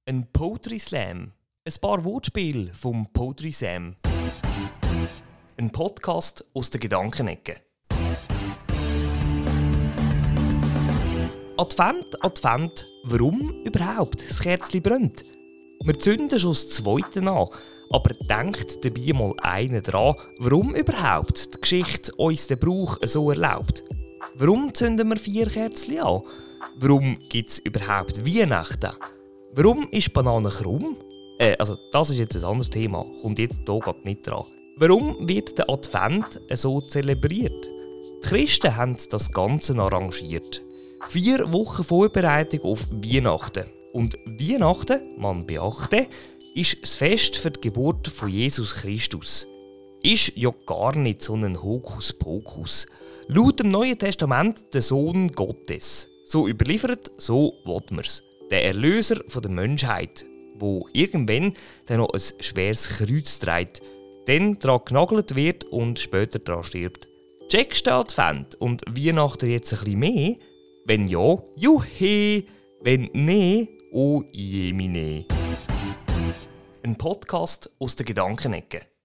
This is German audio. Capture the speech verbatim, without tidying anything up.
Ein Poetry Slam. Ein paar Wortspiele vom Poetry Sam. Ein Podcast aus der Gedankenecke. Advent, Advent, warum überhaupt das Kerzchen brennt? Wir zünden schon das Zweite an, aber denkt dabei mal einer dran, warum überhaupt die Geschichte uns den Brauch so erlaubt. Warum zünden wir vier Kerzchen an? Warum gibt es überhaupt Weihnachten? Warum ist Banane krumm? Äh, also das ist jetzt ein anderes Thema, kommt jetzt hier gerade nicht dran. Warum wird der Advent so zelebriert? Die Christen haben das Ganze arrangiert. Vier Wochen Vorbereitung auf Weihnachten. Und Weihnachten, man beachte, ist das Fest für die Geburt von Jesus Christus. Ist ja gar nicht so ein Hokuspokus. Laut dem Neuen Testament der Sohn Gottes. So überliefert, so will man's. Der Erlöser der Menschheit, wo irgendwann dann noch ein schweres Kreuz trägt, dann daran genagelt wird und später daran stirbt. Checkst du den Advent und Weihnachten jetzt ein bisschen mehr? Wenn ja, juhe! Wenn nee, oh jemine. Ein Podcast aus der Gedankenecke.